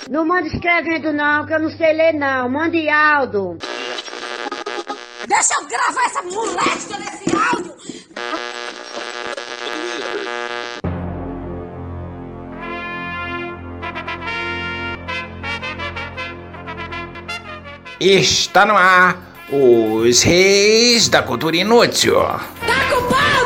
Não manda escrevendo não, que eu não sei ler não. Mande áudio. Deixa eu gravar essa moléstia desse áudio. Está no ar os Reis da Cultura Inútil. Tá com pau,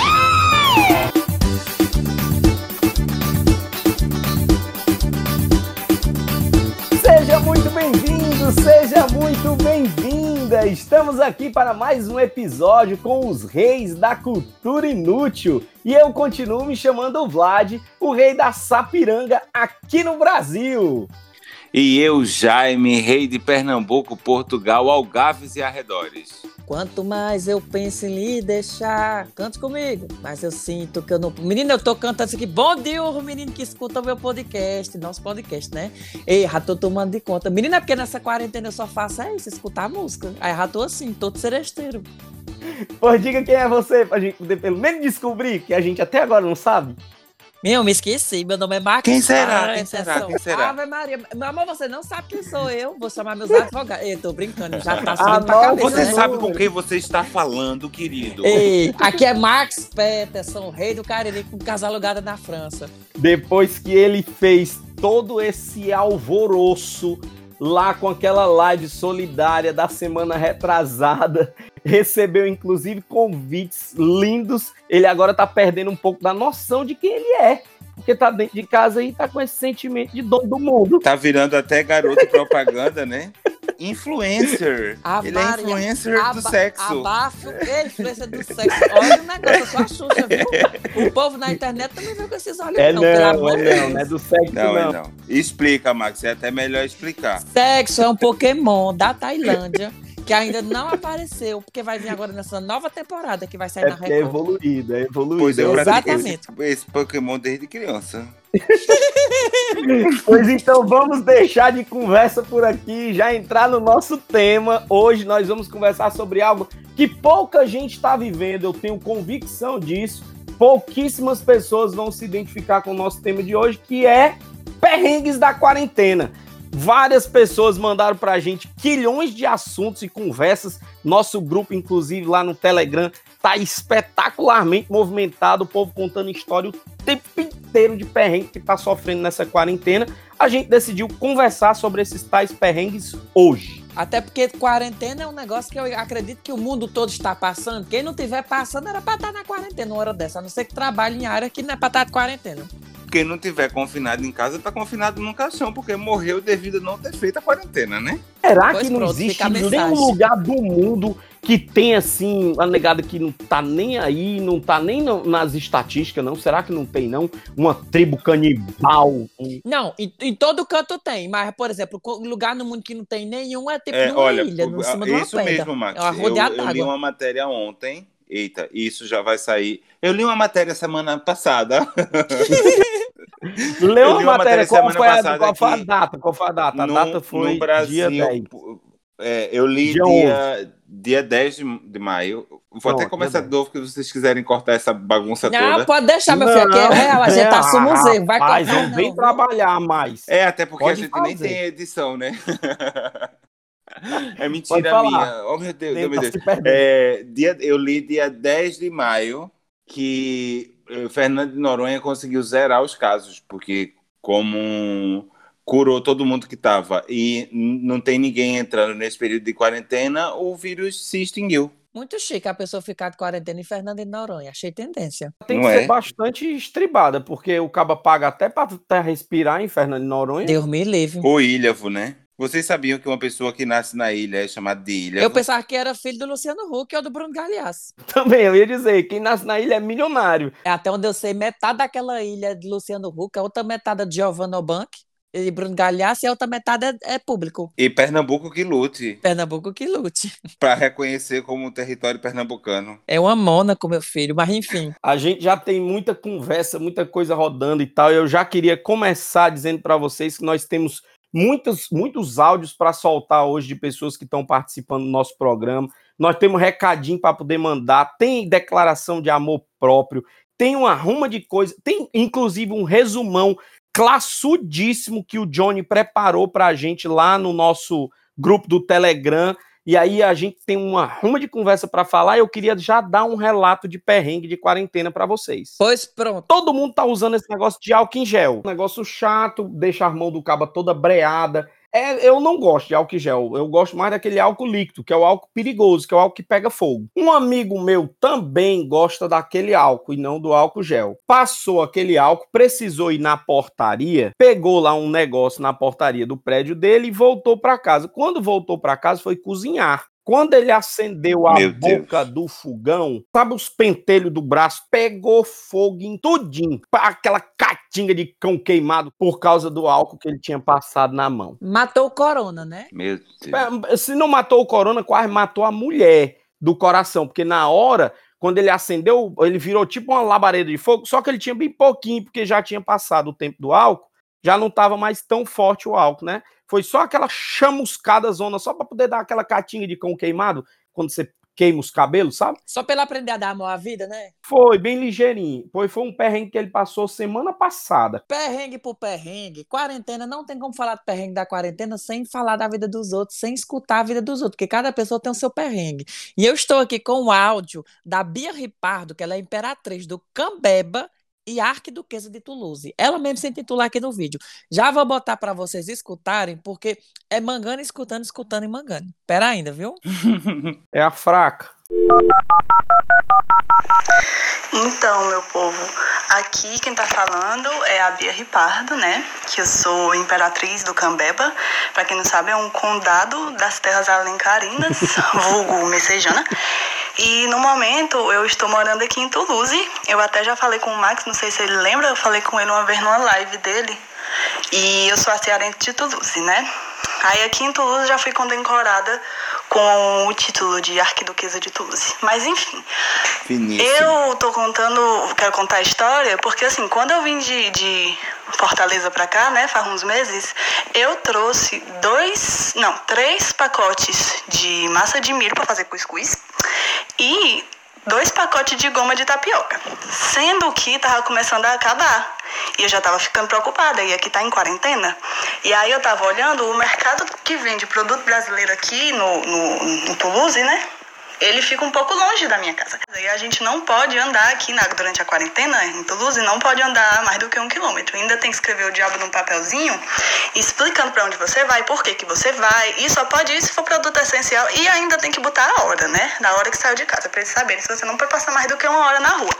Seja muito bem-vindo, seja muito bem-vinda! Estamos aqui para mais um episódio com os Reis da Cultura Inútil. E eu continuo me chamando Vlad, o rei da Sapiranga aqui no Brasil. E eu, Jaime, rei de Pernambuco, Portugal, Algarves e arredores. Quanto mais eu penso em lhe deixar, cante comigo, mas eu sinto que eu não... Menino, eu tô cantando isso aqui. Bom dia, o menino que escuta o meu podcast, nosso podcast, né? Ei, já tô tomando de conta. Menina, é porque nessa quarentena eu só faço isso, escutar música. Aí já tô assim, todo seresteiro. Pois diga quem é você, pra gente poder pelo menos descobrir, que a gente até agora não sabe. Meu, me esqueci, meu nome é Max. Quem será? Quem será? Ave Maria. Meu amor, você não sabe quem sou eu. Vou chamar meus advogados. Ei, tô brincando, já tá subindo pra cabeça, Você né? sabe com quem você está falando, querido. Ei, aqui é Max Peterson, rei do Cariri, com casa alugada na França. Depois que ele fez todo esse alvoroço lá com aquela live solidária da semana retrasada, recebeu inclusive convites lindos, ele agora tá perdendo um pouco da noção de quem ele é, porque tá dentro de casa e tá com esse sentimento de dono do mundo. Tá virando até garoto propaganda, né? Influencer. Ele é influencer do sexo. Abafo, influencer do sexo. Olha o negócio, eu sou a Xuxa, viu? O povo na internet também viu com esses olhos. Não é do sexo não. Explica, Max, é até melhor explicar. Sexo é um Pokémon da Tailândia, que ainda não apareceu, porque vai vir agora nessa nova temporada que vai sair na Record. É evoluído. Pois eu exatamente. Esse Pokémon desde criança. Pois então vamos deixar de conversa por aqui e já entrar no nosso tema. Hoje nós vamos conversar sobre algo que pouca gente está vivendo, eu tenho convicção disso. Pouquíssimas pessoas vão se identificar com o nosso tema de hoje, que é perrengues da quarentena. Várias pessoas mandaram pra gente quilhões de assuntos e conversas. Nosso grupo, inclusive, lá no Telegram, tá espetacularmente movimentado. O povo contando história o tempo inteiro de perrengue que tá sofrendo nessa quarentena. A gente decidiu conversar sobre esses tais perrengues hoje. Até porque quarentena é um negócio que eu acredito que o mundo todo está passando. Quem não estiver passando era pra estar na quarentena uma hora dessa. A não ser que trabalhe em área que não é pra estar de quarentena. Quem não tiver confinado em casa tá confinado num caixão, porque morreu devido a não ter feito a quarentena, né? Será Pois que não pronto, existe fica a nenhum mensagem. lugar do mundo que tem, assim, a negada que não tá nem aí, não tá nem nas estatísticas, não? Será que não tem, não? Uma tribo canibal? Não, em todo canto tem, mas, por exemplo, o lugar no mundo que não tem nenhum é tipo numa Olha, ilha, em cima de uma isso pedra. mesmo, Max. É uma rodeada Eu li d'água. uma matéria ontem. Eita, isso já vai sair. Eu li uma matéria semana passada. Leu Eu uma li uma matéria, matéria semana passada qual foi a que data? Qual foi a data? A data foi no Brasil, dia 10. eu li dia 10 de maio. Vou Pronto, até começar dia de novo, porque vocês quiserem cortar essa bagunça Não, toda. pode deixar, meu filho, aqui é real, a gente assume os erros, vai Rapaz, cortar não vem não. trabalhar mais. Até porque Pode a gente nem fazer. tem edição, né? É Pode mentira falar. minha. Oh, meu Deus, Nem meu tá Deus. se perdendo. Eu li dia 10 de maio que Fernando de Noronha conseguiu zerar os casos, porque como curou todo mundo que estava e não tem ninguém entrando nesse período de quarentena, o vírus se extinguiu. Muito chique a pessoa ficar de quarentena em Fernando de Noronha, achei tendência. Tem Não que é? ser bastante estribada, porque o caba paga até pra respirar em Fernando de Noronha. Deus me livre. O Ilhavo, né? Vocês sabiam que uma pessoa que nasce na ilha é chamada de Ilhavo? Eu pensava que era filho do Luciano Huck ou do Bruno Galhaço. Também, eu ia dizer, quem nasce na ilha é milionário. Até onde eu sei, metade daquela ilha é de Luciano Huck, a outra metade é de Giovanna Bank e Bruno Galhaço, e a outra metade é público. E Pernambuco que lute Pernambuco que lute. para reconhecer como território pernambucano. É uma Mônaco, meu filho, mas enfim. A gente já tem muita conversa, muita coisa rodando e tal. Eu já queria começar dizendo para vocês que nós temos muitos áudios para soltar hoje de pessoas que estão participando do nosso programa. Nós temos recadinho para poder mandar, tem declaração de amor próprio, tem uma ruma de coisa, tem inclusive um resumão classudíssimo que o Johnny preparou pra gente lá no nosso grupo do Telegram. E aí a gente tem uma ruma de conversa pra falar e eu queria já dar um relato de perrengue de quarentena pra vocês. Pois pronto. Todo mundo tá usando esse negócio de álcool em gel. Um negócio chato, deixa a mão do cabo toda breada. Eu não gosto de álcool em gel, eu gosto mais daquele álcool líquido, que é o álcool perigoso, que é o álcool que pega fogo. Um amigo meu também gosta daquele álcool e não do álcool gel. Passou aquele álcool, precisou ir na portaria, pegou lá um negócio na portaria do prédio dele e voltou para casa. Quando voltou para casa foi cozinhar. Quando ele acendeu a boca do fogão, sabe os pentelhos do braço? Pegou fogo em tudinho. Aquela catinga de cão queimado por causa do álcool que ele tinha passado na mão. Matou o corona, né? Meu Deus. Se não matou o corona, quase matou a mulher do coração. Porque na hora, quando ele acendeu, ele virou tipo uma labareda de fogo. Só que ele tinha bem pouquinho, porque já tinha passado o tempo do álcool. Já não estava mais tão forte o álcool, né? Foi só aquela chamuscada zona, só para poder dar aquela catinha de cão queimado, quando você queima os cabelos, sabe? Só pra ele aprender a dar amor à vida, né? Foi, bem ligeirinho. Foi um perrengue que ele passou semana passada. Perrengue por perrengue. Quarentena, não tem como falar de perrengue da quarentena sem falar da vida dos outros, sem escutar a vida dos outros, porque cada pessoa tem o seu perrengue. E eu estou aqui com o áudio da Bia Ripardo, que ela é imperatriz do Cambeba, e arquiduquesa de Toulouse. Ela mesmo se intitula aqui no vídeo. Já vou botar para vocês escutarem, porque é Mangane escutando, escutando e Mangane. Pera ainda, viu? É a fraca. Então, meu povo, aqui quem tá falando é a Bia Ripardo, né? Que eu sou imperatriz do Cambeba. Pra quem não sabe, é um condado das terras alencarinas, vulgo messejana. E no momento eu estou morando aqui em Toulouse. Eu até já falei com o Max, não sei se ele lembra, eu falei com ele uma vez numa live dele. E eu sou a cearense de Toulouse, né? Aí aqui em Toulouse já fui condecorada com o título de arquiduquesa de Toulouse. Mas enfim, eu tô quero contar a história, porque assim, quando eu vim de Fortaleza pra cá, né, faz uns meses, eu trouxe 3 pacotes de massa de milho pra fazer cuscuz e 2 pacotes de goma de tapioca, sendo que tava começando a acabar. E eu já tava ficando preocupada, e aqui tá em quarentena. E aí eu tava olhando o mercado que vende produto brasileiro aqui no Toulouse, né? Ele fica um pouco longe da minha casa. E a gente não pode andar aqui durante a quarentena, em Toulouse, não pode andar mais do que 1 quilômetro. Ainda tem que escrever o diabo num papelzinho, explicando pra onde você vai, por que você vai. E só pode ir se for produto essencial. E ainda tem que botar a hora, né? Da hora que saiu de casa, pra eles saberem se você não pode passar mais do que 1 hora na rua.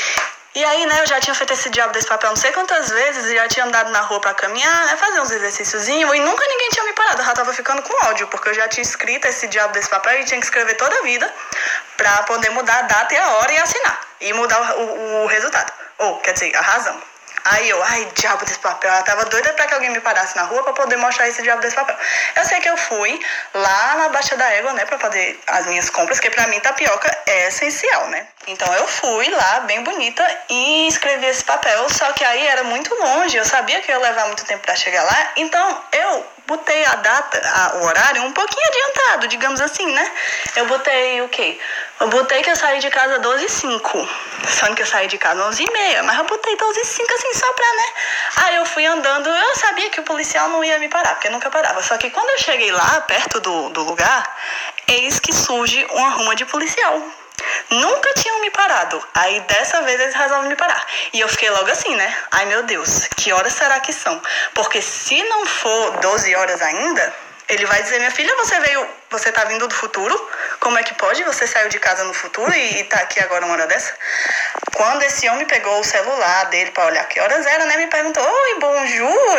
E aí, né, eu já tinha feito esse diabo desse papel não sei quantas vezes, já tinha andado na rua pra caminhar, né, fazer uns exercíciozinhos, e nunca ninguém tinha me parado, eu já tava ficando com ódio, porque eu já tinha escrito esse diabo desse papel e tinha que escrever toda a vida pra poder mudar a data e a hora e assinar, e mudar o resultado, quer dizer, a razão. Aí eu, diabo desse papel, ela tava doida pra que alguém me parasse na rua pra poder mostrar esse diabo desse papel. Eu sei que eu fui lá na Baixa da Égua, né, pra fazer as minhas compras, que pra mim tapioca é essencial, né. Então eu fui lá, bem bonita, e escrevi esse papel, só que aí era muito longe, eu sabia que ia levar muito tempo pra chegar lá, então eu botei a data, o horário um pouquinho adiantado, digamos assim, né. Eu botei o quê? Eu botei que eu saí de casa 12h05, só que eu saí de casa 11h30, mas eu botei 12h05 assim só pra, né. Aí eu fui andando, eu sabia que o policial não ia me parar, porque nunca parava. Só que quando eu cheguei lá, perto do lugar, eis que surge uma ruma de policial. Nunca tinham me parado. Aí dessa vez eles resolvem me parar. E eu fiquei logo assim, né? Ai meu Deus, que horas será que são? Porque se não for 12 horas ainda, ele vai dizer, minha filha, você tá vindo do futuro? Como é que pode? Você saiu de casa no futuro e tá aqui agora uma hora dessa? Quando esse homem pegou o celular dele pra olhar que horas era, né? Me perguntou, oi, bonjour,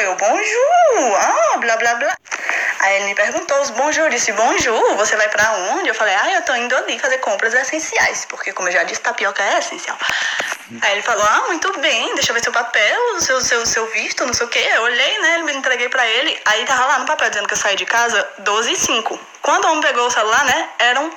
bonjour, blá, blá, blá. Aí ele me perguntou os bonjour, disse, bonjour, você vai pra onde? Eu falei, eu tô indo ali fazer compras essenciais, porque como eu já disse, tapioca é essencial. Aí ele falou, muito bem, deixa eu ver seu papel, seu visto, não sei o quê. Eu olhei, né, me entreguei pra ele, aí tava lá no papel dizendo que eu saí de casa 12h05. Quando o homem pegou o celular, né, eram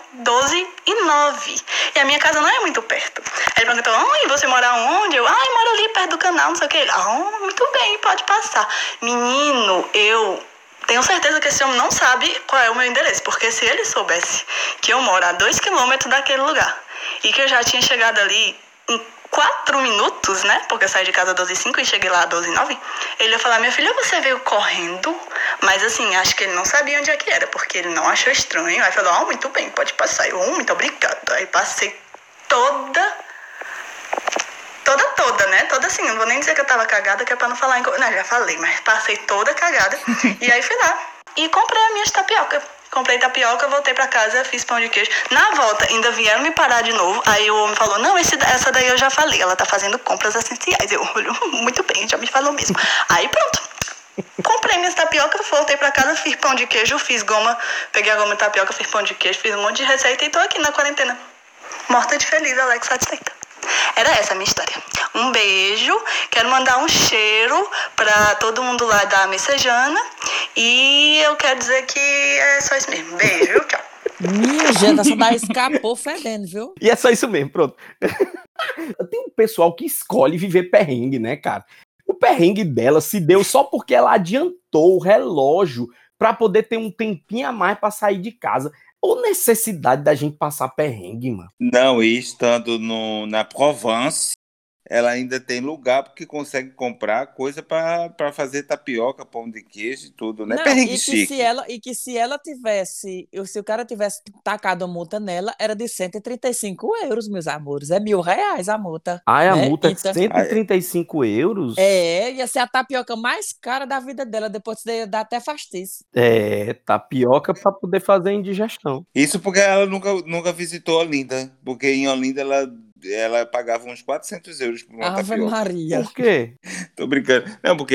12h09. E a minha casa não é muito perto. Aí ele perguntou, e você mora onde? Eu, moro ali perto do canal, não sei o quê. Ele, muito bem, pode passar. Menino, eu tenho certeza que esse homem não sabe qual é o meu endereço, porque se ele soubesse que eu moro a 2 quilômetros daquele lugar e que eu já tinha chegado ali em 4 minutos, né? Porque eu saí de casa às 12h05 e cheguei lá às 12h09. Ele ia falar, minha filha, você veio correndo? Mas assim, acho que ele não sabia onde é que era, porque ele não achou estranho. Aí falou, muito bem, pode passar. Eu, muito obrigada. Aí passei toda, né? Toda assim, não vou nem dizer que eu tava cagada, que é pra não falar em... Não, já falei, mas passei toda cagada. E aí fui lá e comprei as minhas tapioca. Comprei tapioca, voltei pra casa, fiz pão de queijo. Na volta, ainda vieram me parar de novo. Aí o homem falou, não, essa daí eu já falei. Ela tá fazendo compras essenciais. Eu olho, muito bem, já me falou mesmo. Aí pronto. Comprei minhas tapioca, voltei pra casa, fiz pão de queijo, fiz goma. Peguei a goma de tapioca, fiz pão de queijo, fiz um monte de receita e tô aqui na quarentena. Morta de feliz, Alex, satisfeita. Era essa a minha história. Um beijo, quero mandar um cheiro pra todo mundo lá da Messejana. E eu quero dizer que é só isso mesmo. Beijo, viu? Tchau. Minha gente, essa daí escapou fedendo, viu? E é só isso mesmo, pronto. Tem um pessoal que escolhe viver perrengue, né, cara? O perrengue dela se deu só porque ela adiantou o relógio pra poder ter um tempinho a mais pra sair de casa. Ou necessidade da gente passar perrengue, mano? Não, e estando na Provence, ela ainda tem lugar porque consegue comprar coisa para fazer tapioca, pão de queijo e tudo, né? Não, Perrengue e chique. se ela tivesse, se o cara tivesse tacado a multa nela, era de 135 euros, meus amores. É R$ 1.000 a multa. Ah, a né? multa é Então, 135 euros? ia ser a tapioca mais cara da vida dela, depois de dar até fastiço. É, tapioca pra poder fazer indigestão. Isso porque ela nunca visitou Olinda, porque em Olinda ela pagava uns 400 euros por uma Ave tapioca. Maria. Por quê? Tô brincando. Não, porque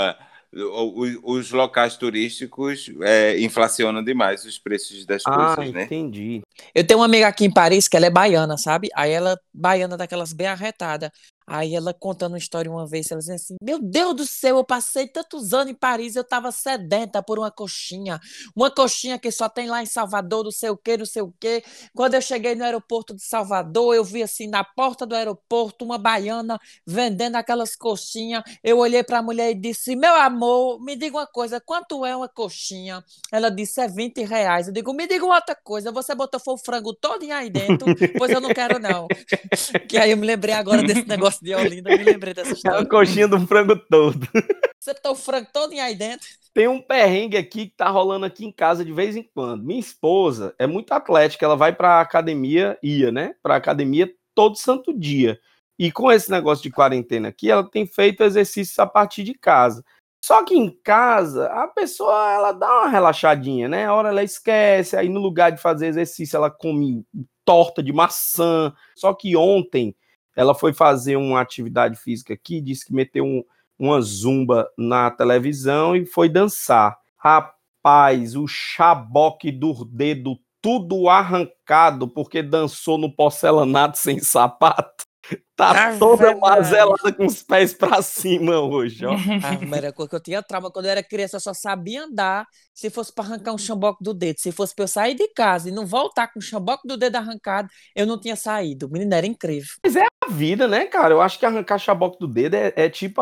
os locais turísticos inflacionam demais os preços das coisas, né? Entendi. Eu tenho uma amiga aqui em Paris que ela é baiana, sabe? Aí ela, baiana daquelas bem arretada. Aí ela contando uma história uma vez, ela dizendo assim, meu Deus do céu, eu passei tantos anos em Paris, eu tava sedenta por uma coxinha que só tem lá em Salvador, não sei o quê, não sei o quê. Quando eu cheguei no aeroporto de Salvador, eu vi assim, na porta do aeroporto, uma baiana vendendo aquelas coxinhas. Eu olhei pra mulher e disse, meu amor, me diga uma coisa, quanto é uma coxinha? Ela disse, é R$ 20. Eu digo, me diga outra coisa, você botou o frango todo aí dentro? Pois eu não quero não. Que aí eu me lembrei agora desse negócio de Olinda, eu me lembrei dessa É a história. coxinha do frango todo. Você botou o frango todo aí dentro? Tem um perrengue aqui que tá rolando aqui em casa de vez em quando. Minha esposa é muito atlética, ela vai pra academia, né? Pra academia todo santo dia. E com esse negócio de quarentena aqui, ela tem feito exercícios a partir de casa. Só que em casa, a pessoa, ela dá uma relaxadinha, né? A hora ela esquece, aí no lugar de fazer exercício, ela come torta de maçã. Só que ontem, ela foi fazer uma atividade física aqui, disse que meteu uma zumba na televisão e foi dançar. Rapaz, o chaboque do dedo tudo arrancado porque dançou no porcelanato sem sapato. Tá Ave toda Maria. mazelada com os pés pra cima hoje, ó. Ah, mas era coisa que eu tinha trauma. Quando eu era criança, eu só sabia andar se fosse para arrancar um chamboque do dedo. Se fosse para eu sair de casa e não voltar com o chamboque do dedo arrancado, eu não tinha saído. Menina, era incrível. A vida, né, cara? Eu acho que arrancar chaboque do dedo é tipo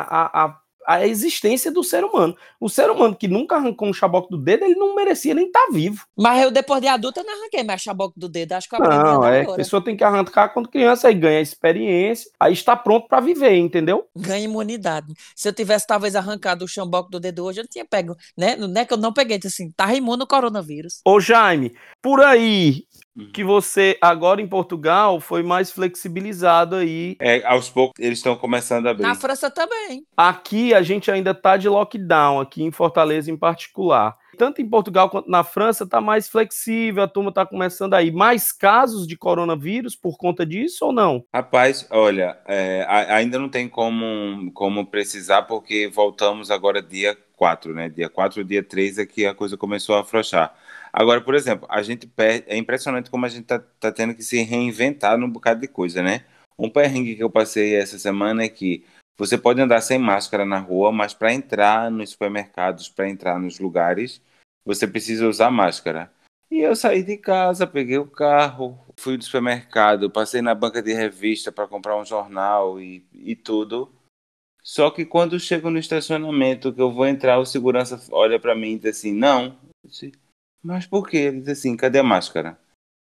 a existência do ser humano. O ser humano que nunca arrancou um chaboque do dedo, ele não merecia nem estar vivo. Mas eu, depois de adulta, eu não arranquei mais chaboque do dedo. Acho que eu aprendi a Não, andar a agora. pessoa tem que arrancar quando criança, aí ganha experiência, aí está pronto pra viver, entendeu? Ganha imunidade. Se eu tivesse, talvez, arrancado o chamboque do dedo hoje, eu não tinha pego, né? Não é que eu não peguei, assim, tá imune ao coronavírus. Ô Jaime, por aí que você, agora em Portugal, foi mais flexibilizado aí. Aos poucos eles estão começando a abrir. Na França também. Aqui a gente ainda tá de lockdown, aqui em Fortaleza em particular. Tanto em Portugal quanto na França tá mais flexível, a turma tá começando aí. Mais casos de coronavírus por conta disso ou não? Rapaz, olha, ainda não tem como precisar, porque voltamos agora dia 4, né? Dia 4, dia 3 é que a coisa começou a afrouxar. Agora, por exemplo, a gente é impressionante como a gente tá tendo que se reinventar num bocado de coisa, né? Um perrengue que eu passei essa semana é que você pode andar sem máscara na rua, mas para entrar nos supermercados, para entrar nos lugares, você precisa usar máscara. E eu saí de casa, peguei o carro, fui do supermercado, passei na banca de revista para comprar um jornal e tudo. Só que quando eu chego no estacionamento, que eu vou entrar, o segurança olha para mim e diz assim, não. Eu disse, mas por quê? Ele diz assim, cadê a máscara?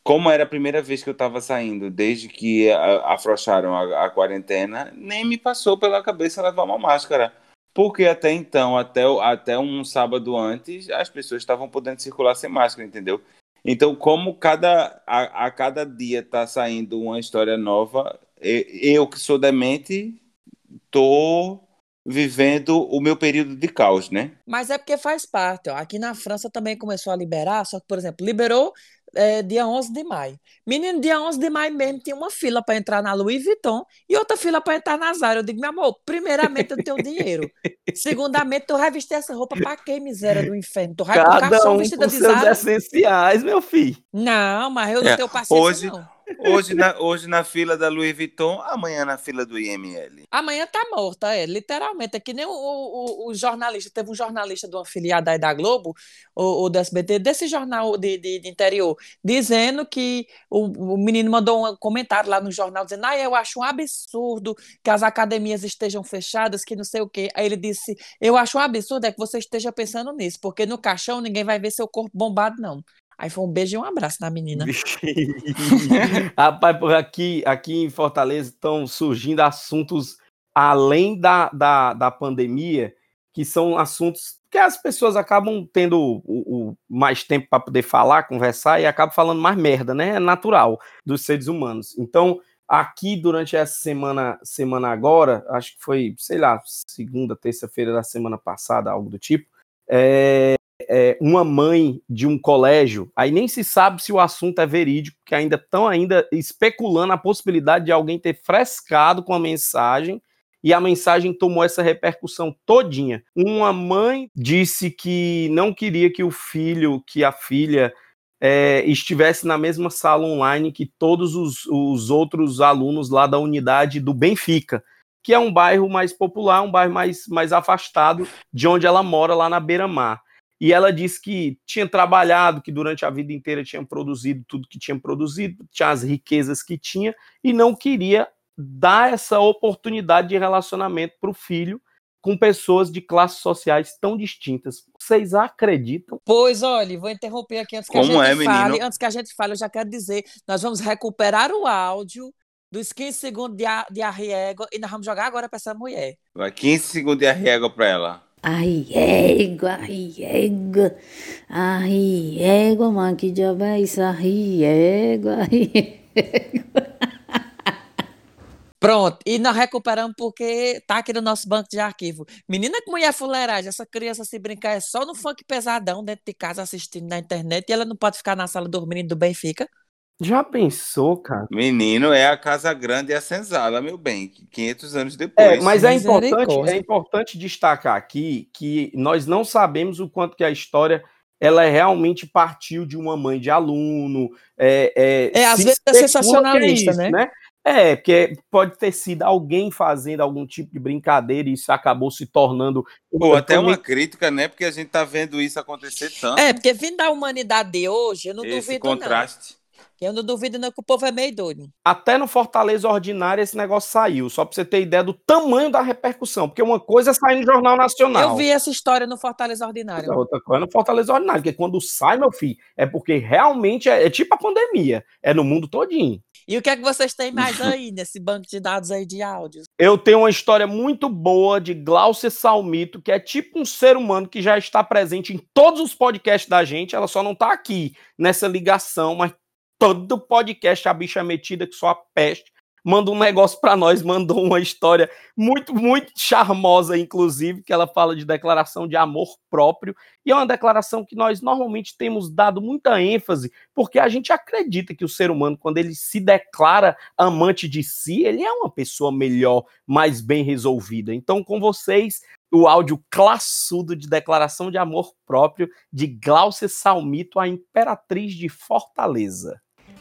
como era a primeira vez que eu estava saindo, desde que afrouxaram a quarentena, nem me passou pela cabeça levar uma máscara. Porque até então, até um sábado antes, as pessoas estavam podendo circular sem máscara, entendeu? Então, como a cada dia está saindo uma história nova, eu que sou demente, tô vivendo o meu período de caos, né? Mas é porque faz parte, ó. Aqui na França também começou a liberar, só que, por exemplo, liberou dia 11 de maio. Menino, dia 11 de maio mesmo tinha uma fila para entrar na Louis Vuitton e outra fila para entrar na Zara. Eu digo, meu amor, primeiramente eu tenho dinheiro. Segundamente, tu vai vestir essa roupa para quê, miséria do inferno? Tu vai pro Cada caixão um vestida com de seus Zara? essenciais, meu filho. Não, mas eu não tenho paciência, não. Hoje na fila da Louis Vuitton, amanhã na fila do IML. Amanhã tá morta, literalmente. É que nem o jornalista, teve um jornalista de uma filiada aí da Globo, ou do SBT, desse jornal de interior, dizendo que o menino mandou um comentário lá no jornal, dizendo, eu acho um absurdo que as academias estejam fechadas, que não sei o quê. Aí ele disse, eu acho um absurdo que você esteja pensando nisso, porque no caixão ninguém vai ver seu corpo bombado, não. Aí foi um beijo e um abraço na menina. Rapaz, aqui em Fortaleza estão surgindo assuntos além da pandemia, que são assuntos que as pessoas acabam tendo mais tempo para poder falar, conversar, e acabam falando mais merda, né? É natural dos seres humanos. Então, aqui durante essa semana agora, acho que foi, sei lá, segunda, terça-feira da semana passada, algo do tipo, uma mãe de um colégio, aí nem se sabe se o assunto é verídico, que ainda estão especulando a possibilidade de alguém ter frescado com a mensagem, e a mensagem tomou essa repercussão todinha. Uma mãe disse que não queria que o filho, que a filha estivesse na mesma sala online que todos os outros alunos lá da unidade do Benfica, que é um bairro mais popular, um bairro mais afastado de onde ela mora, lá na beira-mar. E ela disse que tinha trabalhado, que durante a vida inteira tinha produzido tudo que tinha produzido, tinha as riquezas que tinha, e não queria dar essa oportunidade de relacionamento para o filho com pessoas de classes sociais tão distintas. Vocês acreditam? Pois, olha, vou interromper aqui antes que Como a gente fale. menino? Antes que a gente fale, eu já quero dizer, nós vamos recuperar o áudio dos 15 segundos de arriego e nós vamos jogar agora para essa mulher. Vai 15 segundos de arrego para ela. Arriego, mano, que diabo é isso? Arriego. Pronto, e nós recuperamos porque tá aqui no nosso banco de arquivo. Menina, que mulher fuleiragem, essa criança se brincar é só no funk pesadão dentro de casa assistindo na internet e ela não pode ficar na sala dormindo do Benfica. Já pensou, cara? Menino, é a Casa Grande e a Senzala, meu bem, 500 anos depois. Mas é importante destacar aqui que nós não sabemos o quanto que a história ela realmente partiu de uma mãe de aluno. Às vezes é sensacionalista, né? Porque pode ter sido alguém fazendo algum tipo de brincadeira e isso acabou se tornando... Ou até uma crítica, né? Porque a gente tá vendo isso acontecer tanto. Porque vindo da humanidade de hoje, eu não esse duvido contraste. não. Eu não duvido não que o povo é meio doido. Até no Fortaleza Ordinário esse negócio saiu, só pra você ter ideia do tamanho da repercussão, porque uma coisa é sair no Jornal Nacional. Eu vi essa história no Fortaleza Ordinário. Outra coisa é no Fortaleza Ordinário, porque quando sai, meu filho, é porque realmente é tipo a pandemia, é no mundo todinho. E o que é que vocês têm mais aí nesse banco de dados aí de áudios? Eu tenho uma história muito boa de Gláucia Salmito, que é tipo um ser humano que já está presente em todos os podcasts da gente, ela só não tá aqui nessa ligação, mas todo podcast a bicha é metida que só a peste. Manda um negócio pra nós, mandou uma história muito, muito charmosa, inclusive, que ela fala de declaração de amor próprio, e é uma declaração que nós normalmente temos dado muita ênfase, porque a gente acredita que o ser humano, quando ele se declara amante de si, ele é uma pessoa melhor, mais bem resolvida. Então, com vocês, o áudio classudo de declaração de amor próprio de Gláucia Salmito, a imperatriz de Fortaleza.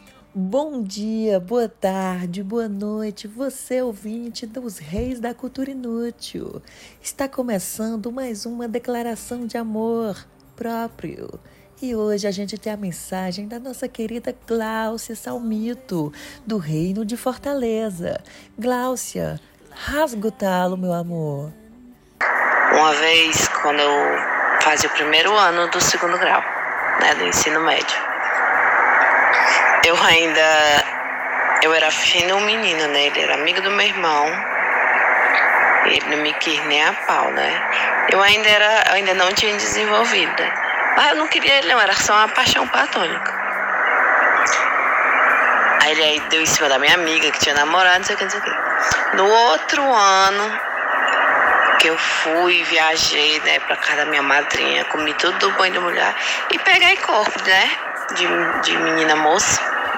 Bom dia, boa tarde, boa noite, você ouvinte dos Reis da Cultura Inútil. Está começando mais uma declaração de amor próprio. E hoje a gente tem a mensagem da nossa querida Gláucia Salmito, do Reino de Fortaleza. Gláucia, rasga o talo, meu amor. Uma vez, quando eu fazia o primeiro ano do segundo grau, né, do ensino médio, Eu era fino menino, né? Ele era amigo do meu irmão. Ele não me quis nem a pau, né? Eu ainda não tinha desenvolvido, né? Mas eu não queria ele, não. Era só uma paixão platônica. Aí ele deu em cima da minha amiga, que tinha namorado, não sei o que, não sei o que. No outro ano, que eu fui, viajei, né, pra casa da minha madrinha, comi tudo do banho de mulher e peguei corpo, né, de menina moça.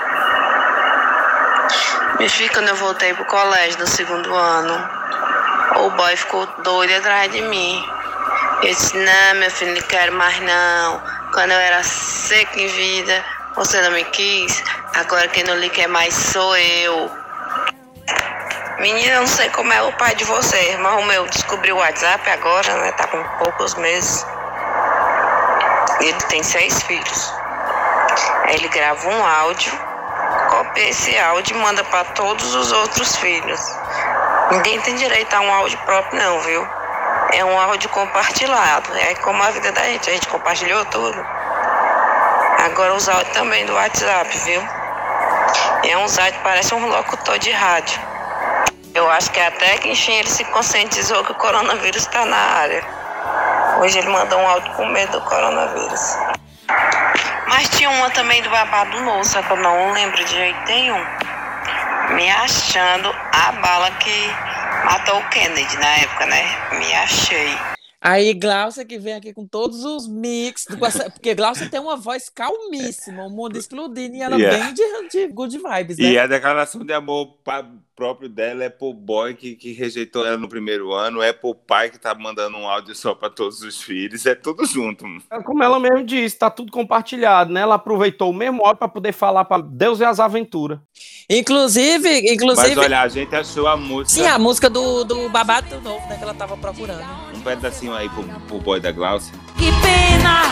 Me filho, quando eu voltei pro colégio no segundo ano, o boy ficou doido atrás de mim. Eu disse, não, meu filho, não quero mais não. Quando eu era seca em vida, você não me quis. Agora quem não lhe quer mais sou eu. Menina, eu não sei como é o pai de vocês, mas o meu descobriu o WhatsApp agora, né? Tá com poucos meses. Ele tem 6 filhos. Aí ele grava um áudio, copia esse áudio e manda pra todos os outros filhos. Ninguém tem direito a um áudio próprio não, viu? É um áudio compartilhado. É como a vida da gente, a gente compartilhou tudo. Agora os áudios também do WhatsApp, viu? É um áudio que parece um locutor de rádio. Eu acho que até que enfim ele se conscientizou que o coronavírus está na área. Hoje ele mandou um áudio com medo do coronavírus. Mas tinha uma também do babado moça, que eu não lembro de jeito nenhum. Me achando a bala que matou o Kennedy na época, né? Me achei. Aí Glaucia que vem aqui com todos os mix, porque Glaucia tem uma voz calmíssima, o mundo explodindo e ela bem de good vibes, né? E a declaração de amor próprio dela é pro boy que rejeitou ela no primeiro ano, é pro pai que tá mandando um áudio só pra todos os filhos, é tudo junto. Como ela mesmo disse, tá tudo compartilhado, né? Ela aproveitou o mesmo áudio pra poder falar pra Deus e as aventuras. Inclusive... Mas olha, a gente achou a música... Sim, a música do Babado Novo, né? Que ela tava procurando. Um pedacinho aí pro boy da Glaucia. Que pena,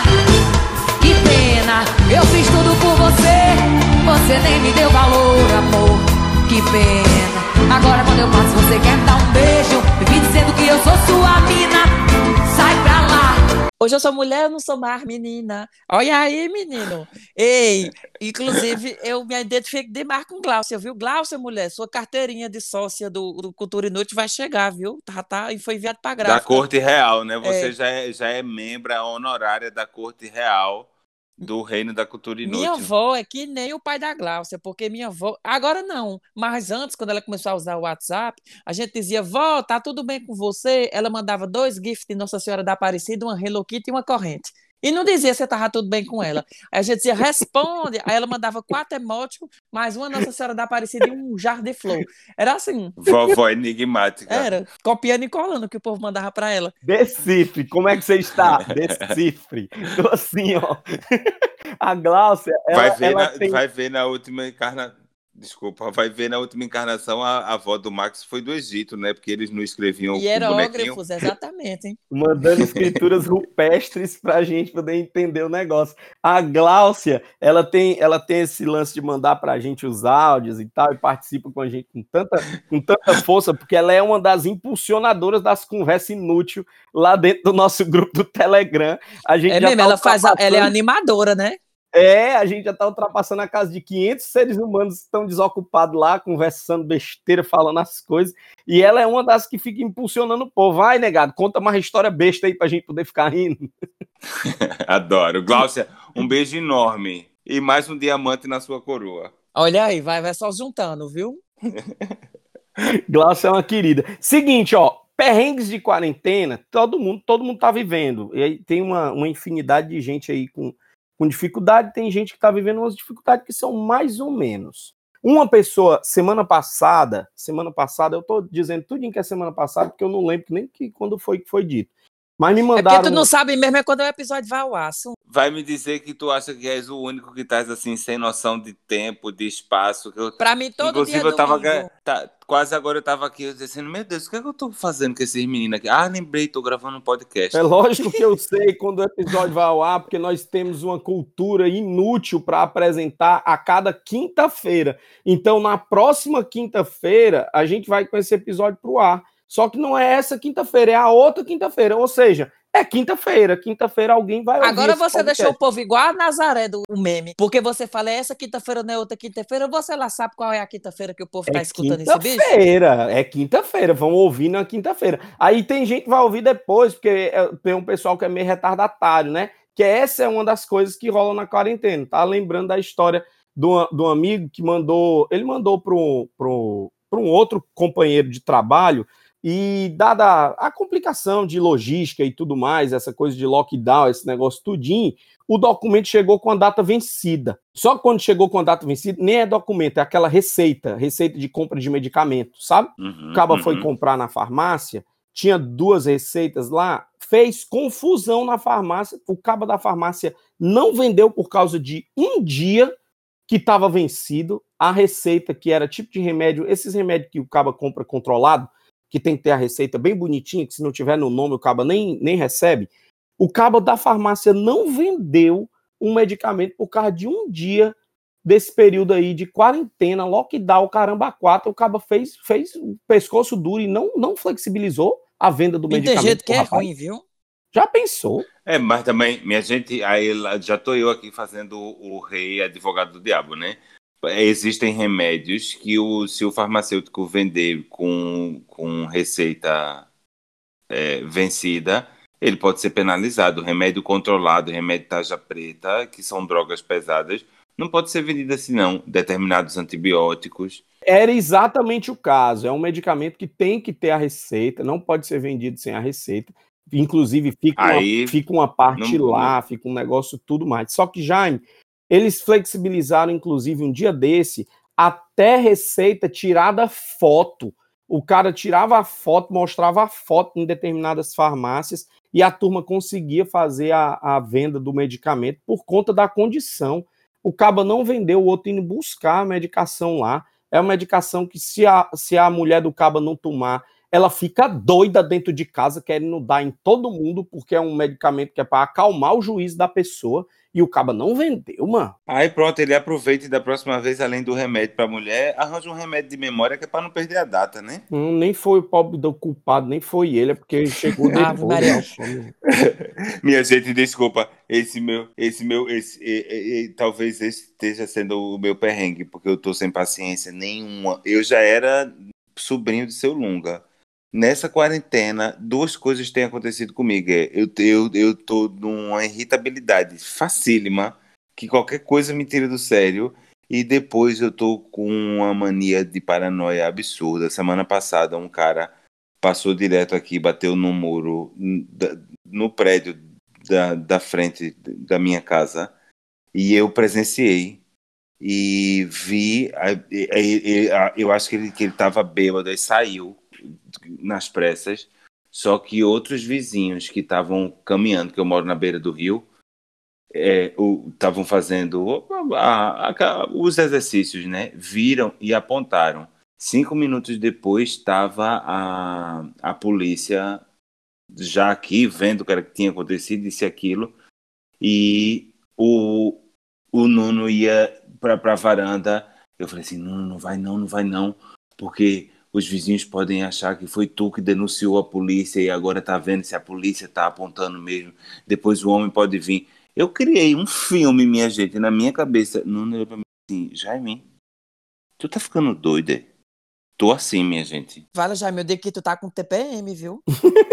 eu fiz tudo por você, você nem me deu valor, amor, que pena. Agora quando eu passo você quer me dar um beijo, me dizendo que eu sou sua mina, sai pra lá. Hoje eu sou mulher, eu não sou mais menina. Olha aí, menino. Ei, inclusive, eu me identifico demais com Glaucia, viu? Glaucia, mulher, sua carteirinha de sócia do Cultura Inútil vai chegar, viu? Tá, e foi enviado pra gráfica. Da Corte Real, né? Você já é membra honorária da Corte Real do Reino da Cultura Inútil. Minha avó é que nem o pai da Glaucia, porque minha avó... Agora não, mas antes, quando ela começou a usar o WhatsApp, a gente dizia, vó, tá tudo bem com você? Ela mandava 2 gifs de Nossa Senhora da Aparecida, uma Hello Kitty e uma corrente. E não dizia se tava tudo bem com ela. Aí a gente dizia, responde. Aí ela mandava 4 emoticons, mais uma Nossa Senhora da Aparecida e um jarro de flor. Era assim. Vovó enigmática. Era, copiando e colando o que o povo mandava pra ela. Decifre, como é que você está? Decifre. Tô assim, ó. A Glaucia, vai ver na última encarnação. Desculpa, vai ver na última encarnação a avó do Max foi do Egito, né? Porque eles não escreviam e hierógrafos, exatamente, hein? Mandando escrituras rupestres pra gente poder entender o negócio. A Glaucia, ela tem esse lance de mandar pra gente os áudios e tal, e participa com a gente com tanta força, porque ela é uma das impulsionadoras das conversas inúteis lá dentro do nosso grupo do Telegram. A gente ela é animadora, né? A gente já tá ultrapassando a casa de 500 seres humanos que estão desocupados lá, conversando besteira, falando as coisas, e ela é uma das que fica impulsionando o povo. Vai, negado, conta uma história besta aí pra gente poder ficar rindo. Adoro. Glaucia, um beijo enorme e mais um diamante na sua coroa. Olha aí, vai só juntando, viu? Glaucia é uma querida. Seguinte, ó, perrengues de quarentena, todo mundo tá vivendo, e aí tem uma infinidade de gente aí com dificuldade, tem gente que está vivendo umas dificuldades que são mais ou menos. Uma pessoa, semana passada, eu tô dizendo tudo que é semana passada, porque eu não lembro nem quando foi que foi dito. Mas me mandaram... É porque tu não sabe mesmo quando o episódio vai ao ar. Vai me dizer que tu acha que és o único que estás assim, sem noção de tempo, de espaço. Pra mim, todo dia é domingo. Quase agora eu tava aqui, eu dizendo, meu Deus, o que é que eu tô fazendo com esses meninos aqui? Lembrei, tô gravando um podcast. É lógico que eu sei quando o episódio vai ao ar, porque nós temos uma cultura inútil para apresentar a cada quinta-feira. Então, na próxima quinta-feira, a gente vai com esse episódio pro ar. Só que não é essa quinta-feira, é a outra quinta-feira. Ou seja, É quinta-feira. Quinta-feira alguém vai ouvir Agora esse você podcast. deixou o povo igual a Nazaré do meme. Porque você fala, essa quinta-feira não é outra quinta-feira, você lá sabe qual é a quinta-feira que o povo tá escutando esse bicho? É quinta-feira, vão ouvir na quinta-feira. Aí tem gente que vai ouvir depois, porque tem um pessoal que é meio retardatário, né? Que essa é uma das coisas que rola na quarentena. Tá lembrando da história de um amigo que ele mandou para um outro companheiro de trabalho, e dada a complicação de logística e tudo mais, essa coisa de lockdown, esse negócio tudinho, o documento chegou com a data vencida. Só que quando chegou com a data vencida, nem é documento, é aquela receita de compra de medicamento, sabe? O caba foi comprar na farmácia, tinha 2 receitas lá, fez confusão na farmácia, o caba da farmácia não vendeu por causa de um dia que estava vencido, a receita que era tipo de remédio, esses remédios que o caba compra controlado, que tem que ter a receita bem bonitinha, que se não tiver no nome o caba nem recebe, o caba da farmácia não vendeu um medicamento por causa de um dia desse período aí de quarentena, lockdown, caramba, 4, o caba fez o pescoço duro e não flexibilizou a venda do medicamento. Tem gente que é ruim, viu? Já pensou? Mas também, minha gente, aí já tô eu aqui fazendo o rei advogado do diabo, né? Existem remédios que se o farmacêutico vender com receita vencida, ele pode ser penalizado. Remédio controlado, remédio tarja preta, que são drogas pesadas, não pode ser vendido assim não. Determinados antibióticos. Era exatamente o caso. É um medicamento que tem que ter a receita, não pode ser vendido sem a receita. Inclusive, fica uma parte lá, fica um negócio tudo mais. Só que, Jaime, eles flexibilizaram, inclusive, um dia desse, até receita tirada foto. O cara tirava a foto, mostrava a foto em determinadas farmácias e a turma conseguia fazer a venda do medicamento por conta da condição. O caba não vendeu, o outro indo buscar a medicação lá. É uma medicação que, se a mulher do caba não tomar, ela fica doida dentro de casa, querendo dar em todo mundo, porque é um medicamento que é para acalmar o juízo da pessoa, e o caba não vendeu, mano. Aí pronto, ele aproveita e da próxima vez, além do remédio pra mulher, arranja um remédio de memória que é pra não perder a data, né? Nem foi o pobre do culpado, nem foi ele, é porque chegou depois. Minha gente, desculpa, talvez esse esteja sendo o meu perrengue, porque eu tô sem paciência nenhuma. Eu já era sobrinho de seu Lunga. Nessa quarentena, 2 coisas têm acontecido comigo. Eu tô numa irritabilidade facílima, que qualquer coisa me tira do sério, e depois eu tô com uma mania de paranoia absurda. Semana passada, um cara passou direto aqui, bateu no muro, no prédio da frente da minha casa, e eu presenciei. E vi, eu acho que ele estava bêbado e saiu nas pressas, só que outros vizinhos que estavam caminhando, que eu moro na beira do rio, estavam fazendo os exercícios, né? Viram e apontaram. 5 minutos depois estava a polícia já aqui, vendo o que tinha acontecido, disse aquilo, e o Nuno ia para a varanda. Eu falei assim, não vai não, porque os vizinhos podem achar que foi tu que denunciou a polícia e agora tá vendo se a polícia tá apontando mesmo. Depois o homem pode vir. Eu criei um filme, minha gente, na minha cabeça. Nuno olhou pra mim assim, Jaime, tu tá ficando doida? Tô assim, minha gente. Vale, Jaime, eu digo que tu tá com TPM, viu?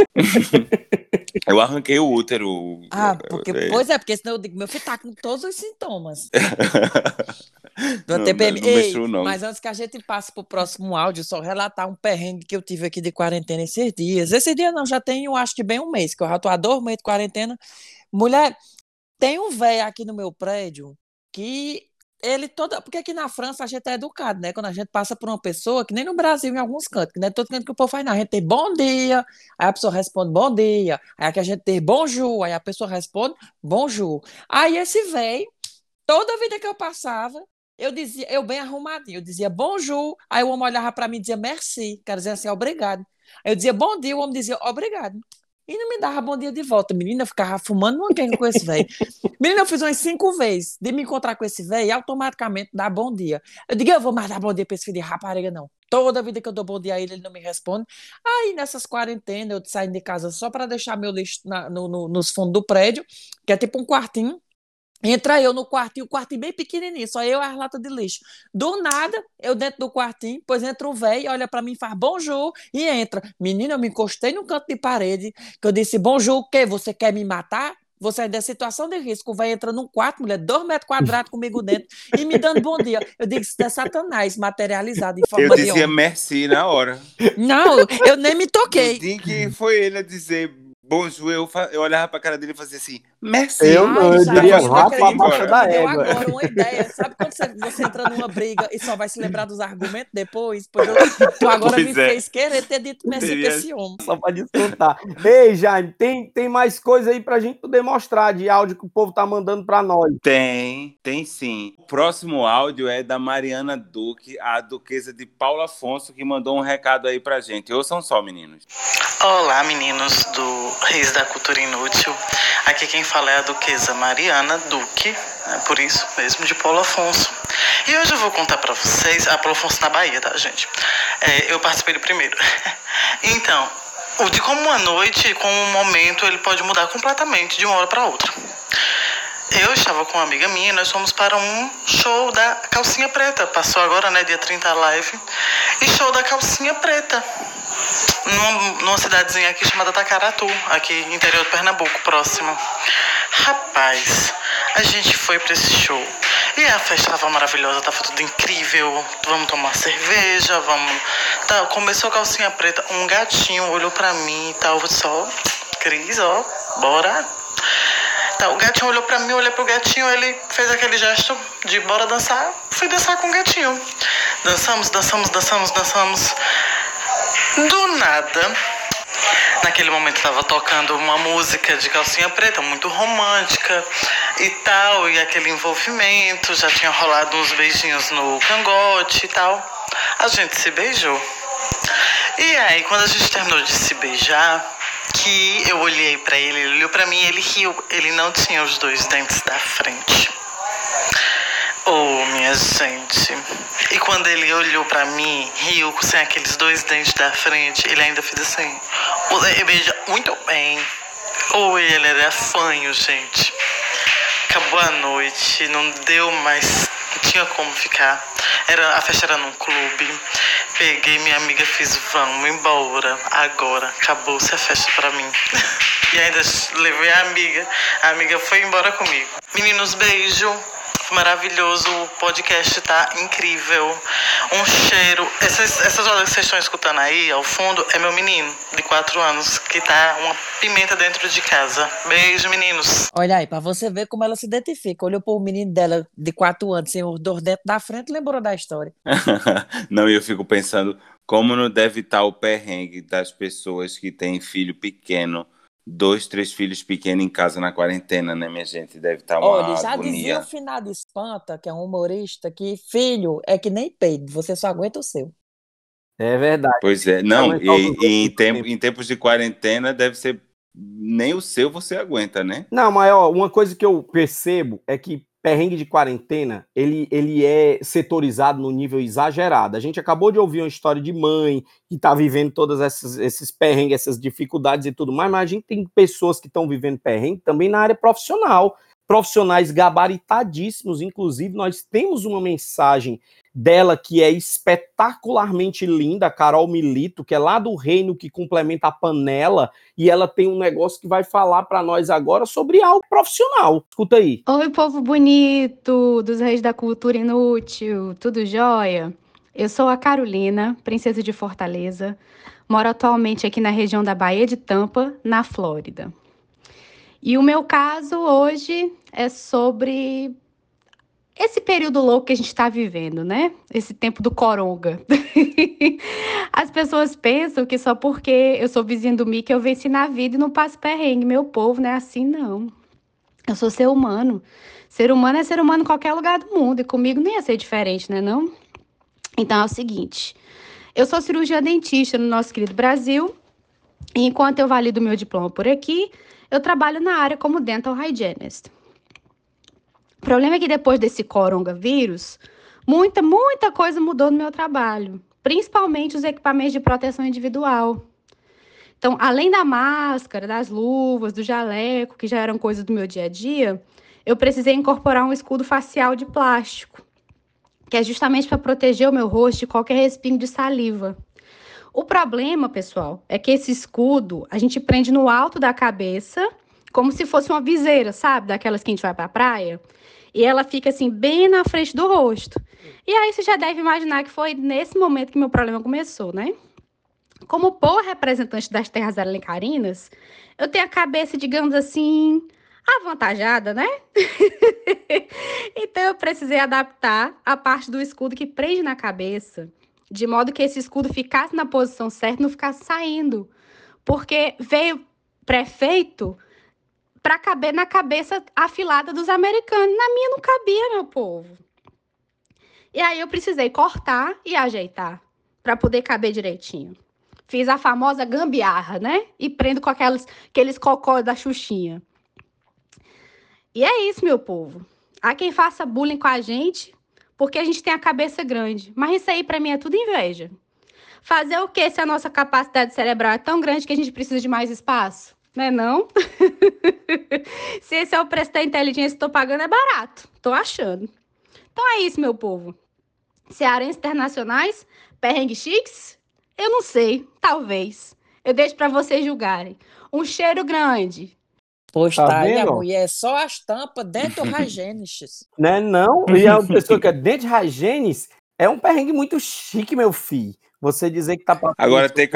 Eu arranquei o útero. Pois porque senão eu digo, meu filho tá com todos os sintomas. Não, TPM. não mexeu, não. Mas antes que a gente passe pro próximo áudio, só relatar um perrengue que eu tive aqui de quarentena esses dias. Esse dia não, já tem, eu acho que bem um mês, que eu já tô há 2 meses de quarentena. Mulher, tem um velho aqui no meu prédio que porque aqui na França a gente é educado, né? Quando a gente passa por uma pessoa, que nem no Brasil, em alguns cantos, que não é todo canto que o povo faz, não. A gente tem bom dia, aí a pessoa responde bom dia, aí aqui a gente tem bonjour, aí a pessoa responde bonjour. Aí esse velho, toda vida que eu passava, eu bem arrumadinho, eu dizia bonjour, aí o homem olhava pra mim e dizia merci, quer dizer assim, obrigado. Aí eu dizia bom dia, o homem dizia obrigado. e não me dava bom dia de volta. Menina, eu ficava fumando uma quenga com esse velho. Menina, eu fiz umas 5 vezes de me encontrar com esse velho e automaticamente dar bom dia. Eu digo, eu vou mais dar bom dia pra esse filho de rapariga, não. Toda vida que eu dou bom dia a ele, ele não me responde. Aí, nessas quarentenas, eu saio de casa só para deixar meu lixo nos fundos do prédio, que é tipo um quartinho. Entra eu no quartinho, o quartinho bem pequenininho, só eu e as latas de lixo. Do nada, eu dentro do quartinho, pois entra o velho, olha pra mim, faz bonjour e entra. Menina, eu me encostei no canto de parede, que eu disse, bonjour, o quê? Você quer me matar? Você é da situação de risco. Vai entrar num quarto, mulher, 2 metros quadrados comigo dentro e me dando bom dia. Eu digo, isso é Satanás materializado em Eu forma de dizia homem. merci na hora. Não, eu nem me No toquei. dia que foi ele a dizer bonjour, eu olhava pra cara dele e fazia assim, merci. Eu não, eu Jair, diria não rapa acredito, abaixo você da me deu égua. agora uma ideia. Sabe quando você entra numa briga e só vai se lembrar dos argumentos depois? Pois tu agora Pois me é. fez querer ter dito merci pra Teria- esse homem. Só pra descontar. Ei, Jaime, tem mais coisa aí pra gente poder mostrar de áudio que o povo tá mandando pra nós. Tem sim. O próximo áudio é da Mariana Duque, a duquesa de Paulo Afonso, que mandou um recado aí pra gente. Ouçam só, meninos. Olá, meninos do Reis da Cultura Inútil. Aqui quem fala é a duquesa Mariana Duque, por isso mesmo, de Paulo Afonso. E hoje eu vou contar pra vocês, Paulo Afonso na Bahia, tá, gente? Eu participei do primeiro. Então, o de como uma noite, como um momento, ele pode mudar completamente de uma hora pra outra. Eu estava com uma amiga minha e nós fomos para um show da Calcinha Preta. Passou agora, né, dia 30 a live. E show da Calcinha Preta. Numa cidadezinha aqui chamada Tacaratu, aqui interior do Pernambuco, próximo. Rapaz, a gente foi pra esse show. E a festa tava maravilhosa, tava tudo incrível. Vamos tomar cerveja, vamos... Tá, começou a Calcinha Preta, um gatinho olhou pra mim e tal, só... Cris, ó, bora... Tá, o gatinho olhou pra mim, eu olhei pro gatinho, ele fez aquele gesto de bora dançar. Fui dançar com o gatinho. Dançamos. Do nada, naquele momento tava tocando uma música de Calcinha Preta, muito romântica e tal, e aquele envolvimento, já tinha rolado uns beijinhos no cangote e tal. A gente se beijou. E aí, quando a gente terminou de se beijar, que eu olhei pra ele, ele olhou pra mim, ele riu. Ele não tinha os 2 dentes da frente. Oh, minha gente. E quando ele olhou pra mim, riu sem aqueles 2 dentes da frente, ele ainda fez assim. Ele beija muito bem. Oh, ele era fanho, gente. Acabou a noite, não deu mais, não tinha como ficar. A festa era num clube. Peguei minha amiga, fiz, vamos embora. Agora, acabou-se a festa pra mim. E ainda levei a amiga foi embora comigo. Meninos, beijo. Maravilhoso, o podcast tá incrível. Um cheiro. Essas horas que vocês estão escutando aí, ao fundo, é meu menino, de 4 anos, que tá uma pimenta dentro de casa. Beijo, meninos. Olha aí, pra você ver como ela se identifica. Olhou pro menino dela de 4 anos, sem os 2 dentes da frente, lembrou da história. Não, eu fico pensando como não deve estar o perrengue das pessoas que têm filho pequeno, 2, 3 filhos pequenos em casa na quarentena, né, minha gente? Deve estar uma Olha, já agonia. dizia o Finado Espanta, que é um humorista, que filho é que nem peido, você só aguenta o seu. É verdade. Pois é, não, Aguentar os outros em tempos de quarentena deve ser nem o seu você aguenta, né? Não, mas ó, uma coisa que eu percebo é que perrengue de quarentena, ele é setorizado no nível exagerado. A gente acabou de ouvir uma história de mãe que tá vivendo todas esses perrengues, essas dificuldades e tudo mais, mas a gente tem pessoas que estão vivendo perrengue também na área profissional, profissionais gabaritadíssimos. Inclusive, nós temos uma mensagem dela que é espetacularmente linda, a Carol Milito, que é lá do Reino, que complementa a Panela, e ela tem um negócio que vai falar para nós agora sobre algo profissional. Escuta aí. Oi, povo bonito dos Reis da Cultura Inútil, tudo jóia? Eu sou a Carolina, princesa de Fortaleza, moro atualmente aqui na região da Baía de Tampa, na Flórida. E o meu caso hoje é sobre esse período louco que a gente está vivendo, né? Esse tempo do coronga. As pessoas pensam que só porque eu sou vizinha do Mickey eu venci na vida e não passo perrengue. Meu povo, não é assim, não. Eu sou ser humano. Ser humano é ser humano em qualquer lugar do mundo. E comigo nem ia ser diferente, né, não? Então é o seguinte. Eu sou cirurgiã dentista no nosso querido Brasil. E enquanto eu valido meu diploma por aqui, eu trabalho na área como dental hygienist. O problema é que depois desse coronavírus, muita coisa mudou no meu trabalho, principalmente os equipamentos de proteção individual. Então, além da máscara, das luvas, do jaleco, que já eram coisas do meu dia a dia, eu precisei incorporar um escudo facial de plástico, que é justamente para proteger o meu rosto de qualquer respingo de saliva. O problema, pessoal, é que esse escudo a gente prende no alto da cabeça, como se fosse uma viseira, sabe? Daquelas que a gente vai para a praia. E ela fica assim, bem na frente do rosto. E aí você já deve imaginar que foi nesse momento que meu problema começou, né? Como boa representante das terras alencarinas, eu tenho a cabeça, digamos assim, avantajada, né? Então eu precisei adaptar a parte do escudo que prende na cabeça, de modo que esse escudo ficasse na posição certa e não ficasse saindo. Porque veio prefeito para caber na cabeça afilada dos americanos. Na minha não cabia, meu povo. E aí eu precisei cortar e ajeitar para poder caber direitinho. Fiz a famosa gambiarra, né? E prendo com aqueles cocó da Xuxinha. E é isso, meu povo. Há quem faça bullying com a gente porque a gente tem a cabeça grande. Mas isso aí, para mim, é tudo inveja. Fazer o quê se a nossa capacidade cerebral é tão grande que a gente precisa de mais espaço? Não é não? Se esse é o preço da inteligência que estou pagando, é barato. Tô achando. Então é isso, meu povo. Cearenses internacionais, perrengue chiques? Eu não sei, talvez. Eu deixo para vocês julgarem. Um cheiro grande. Pois Tá tá aí, a vendo? mulher, é só as tampas dentro do Hygienists. Né, não? E a pessoa que é dente hygienist é um perrengue muito chique, meu filho. Você dizer que tá passando... Agora, ter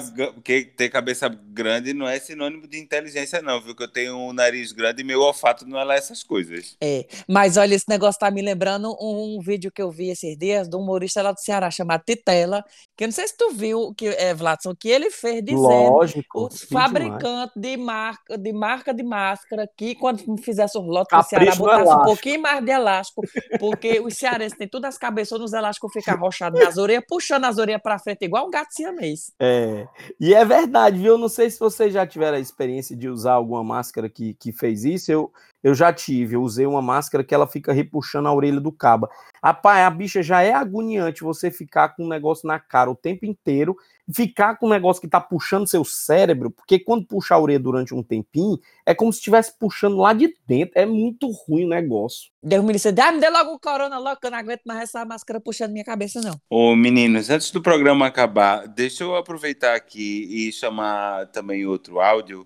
cabeça grande não é sinônimo de inteligência, não, viu? Que eu tenho um nariz grande e meu olfato não é lá essas coisas. É, mas olha, esse negócio tá me lembrando um vídeo que eu vi esses dias de um humorista lá do Ceará chamado Titela, que eu não sei se tu viu, Vladson, que ele fez dizendo Lógico, os vi demais. fabricantes de marca de máscara que quando fizesse os lotes do Capricho Ceará no botasse um elástico. pouquinho mais de elástico, porque os cearenses têm todas as cabeças nos elásticos ficam arrochados nas orelhas, puxando as orelhas pra frente, igual um gato siamês. É, e é verdade, viu? Eu não sei se vocês já tiveram a experiência de usar alguma máscara que fez isso. Eu já tive, eu usei uma máscara que ela fica repuxando a orelha do caba. Rapaz, a bicha já é agoniante você ficar com um negócio na cara o tempo inteiro, ficar com um negócio que tá puxando seu cérebro, porque quando puxa a orelha durante um tempinho, é como se estivesse puxando lá de dentro. É muito ruim o negócio. Deus me disse, me dê logo o corona logo, que eu não aguento mais essa máscara puxando minha cabeça, não. Ô, meninos, antes do programa acabar, deixa eu aproveitar aqui e chamar também outro áudio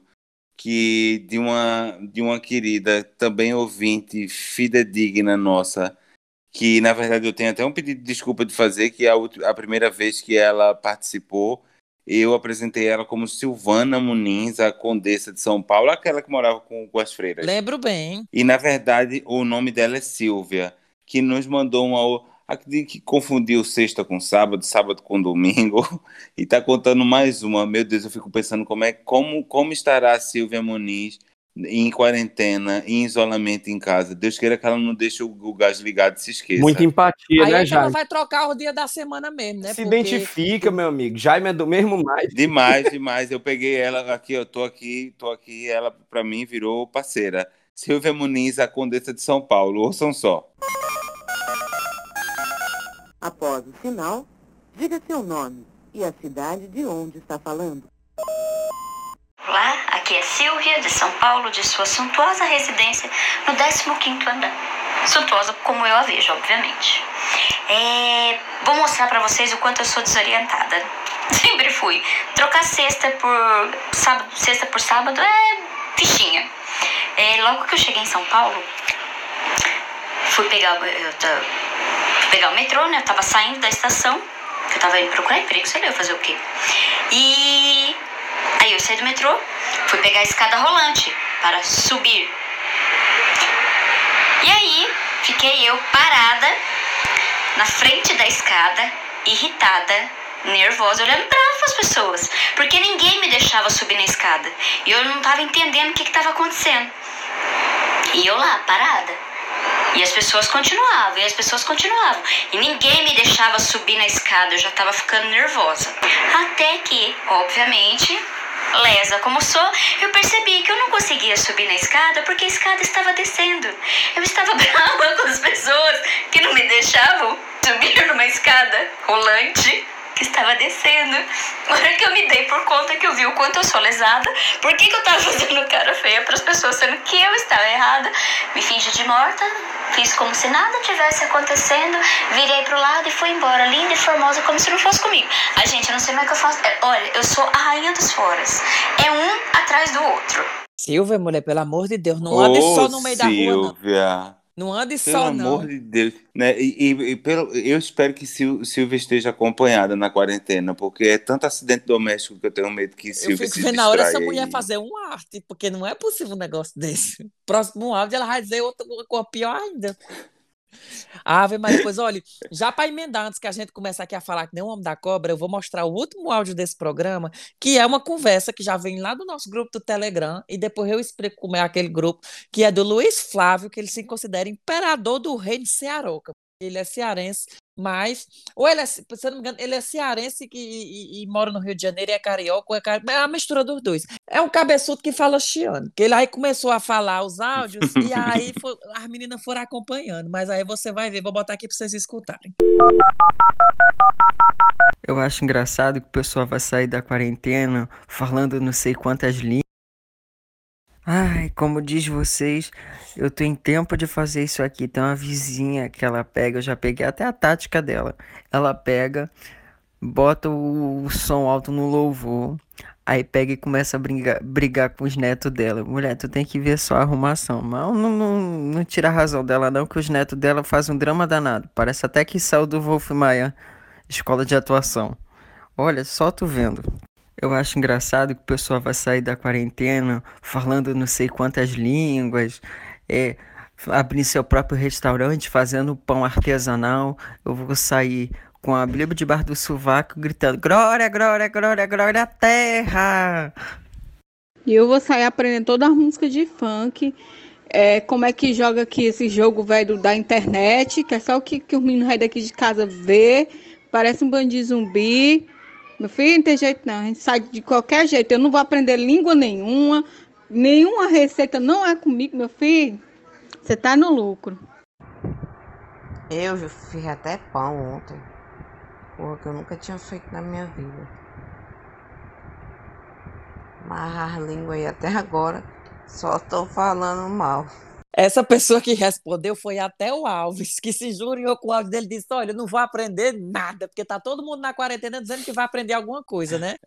que de uma querida, também ouvinte, fidedigna nossa, que na verdade eu tenho até um pedido de desculpa de fazer, que a primeira vez que ela participou, eu apresentei ela como Silvana Muniz, a condessa de São Paulo, aquela que morava com as freiras. Lembro bem. E na verdade o nome dela é Silvia, que nos mandou que confundiu sexta com sábado, sábado com domingo, e tá contando mais uma. Meu Deus, eu fico pensando como estará a Silvia Muniz em quarentena, em isolamento em casa. Deus queira que ela não deixe o gás ligado e se esqueça. Muita empatia, aí né, é que ela Jaime? vai trocar o dia da semana mesmo, né? Se identifica, meu amigo. Jaime é do mesmo mais. Demais. Eu peguei ela aqui, eu tô aqui, ela pra mim virou parceira. Silvia Muniz, a condessa de São Paulo. Ouçam só. Após o sinal, diga seu nome e a cidade de onde está falando. Olá, aqui é Silvia, de São Paulo, de sua suntuosa residência no 15º andar. Suntuosa como eu a vejo, obviamente. Vou mostrar pra vocês o quanto eu sou desorientada. Sempre fui. Trocar sexta por sábado é fichinha. Logo que eu cheguei em São Paulo, fui pegar o metrô, né? Eu tava saindo da estação, que eu tava indo procurar emprego, sei lá, eu fazer o quê. E aí eu saí do metrô, fui pegar a escada rolante para subir. E aí fiquei eu parada na frente da escada, irritada, nervosa, olhando para as pessoas, porque ninguém me deixava subir na escada. E eu não tava entendendo o que tava acontecendo. E eu lá, parada. E as pessoas continuavam, E ninguém me deixava subir na escada, eu já tava ficando nervosa. Até que, obviamente, lesa como sou, eu percebi que eu não conseguia subir na escada porque a escada estava descendo. Eu estava brava com as pessoas que não me deixavam subir numa escada rolante que estava descendo. Na hora que eu me dei por conta que eu vi o quanto eu sou lesada, por que eu tava fazendo cara feia para as pessoas, sendo que eu estava errada, me fingi de morta, fiz como se nada tivesse acontecendo, virei pro lado e fui embora, linda e formosa, como se não fosse comigo. Ai, gente, eu não sei mais o que eu faço. Olha, eu sou a rainha dos foras. É um atrás do outro. Silvia, mulher, pelo amor de Deus, não ande só no meio da rua, não. Silvia. Não ande Pelo só, não. amor de Deus. Né? Eu espero que Silvia esteja acompanhada na quarentena, porque é tanto acidente doméstico que eu tenho medo que Eu Silvia fico se vendo na hora essa distraia mulher aí. fazer um arte, porque não é possível um negócio desse. Próximo áudio ela vai dizer outra coisa pior ainda. Ave Maria, pois olha, já para emendar, antes que a gente comece aqui a falar que nem o Homem da Cobra, eu vou mostrar o último áudio desse programa, que é uma conversa que já vem lá do nosso grupo do Telegram, e depois eu explico como é aquele grupo, que é do Luiz Flávio, que ele se considera imperador do reino de Cearoca. Ele é cearense, mas, ou ele é, se eu não me engano, ele é cearense e mora no Rio de Janeiro e é carioca, é a mistura dos dois. É um cabeçudo que fala chiano, que ele aí começou a falar os áudios e aí as meninas foram acompanhando, mas aí você vai ver, vou botar aqui para vocês escutarem. Eu acho engraçado que o pessoal vai sair da quarentena falando não sei quantas línguas. Ai, como diz vocês, eu tô em tempo de fazer isso aqui. Tem uma vizinha que ela pega, eu já peguei até a tática dela. Ela pega, bota o som alto no louvor, aí pega e começa a brigar com os netos dela. Mulher, tu tem que ver só a arrumação. Mas não tira a razão dela não, que os netos dela fazem um drama danado. Parece até que saiu do Wolf Maia, escola de atuação. Olha, só tu vendo. Eu acho engraçado que o pessoal vai sair da quarentena falando não sei quantas línguas, abrindo seu próprio restaurante, fazendo pão artesanal. Eu vou sair com a Bíblia debaixo do sovaco, gritando glória, glória, glória, glória à terra. E eu vou sair aprendendo todas as músicas de funk, como é que joga aqui esse jogo velho da internet, que é só o que os meninos aí daqui de casa vê, parece um bandido zumbi. Meu filho, não tem jeito não, a gente sai de qualquer jeito, eu não vou aprender língua nenhuma receita não é comigo, meu filho, você tá no lucro. Eu já fiz até pão ontem, porque eu nunca tinha feito na minha vida. Mas as línguas aí até agora só tô falando mal. Essa pessoa que respondeu foi até o Alves, que se juriou com o áudio dele, disse, olha, eu não vou aprender nada, porque tá todo mundo na quarentena dizendo que vai aprender alguma coisa, né?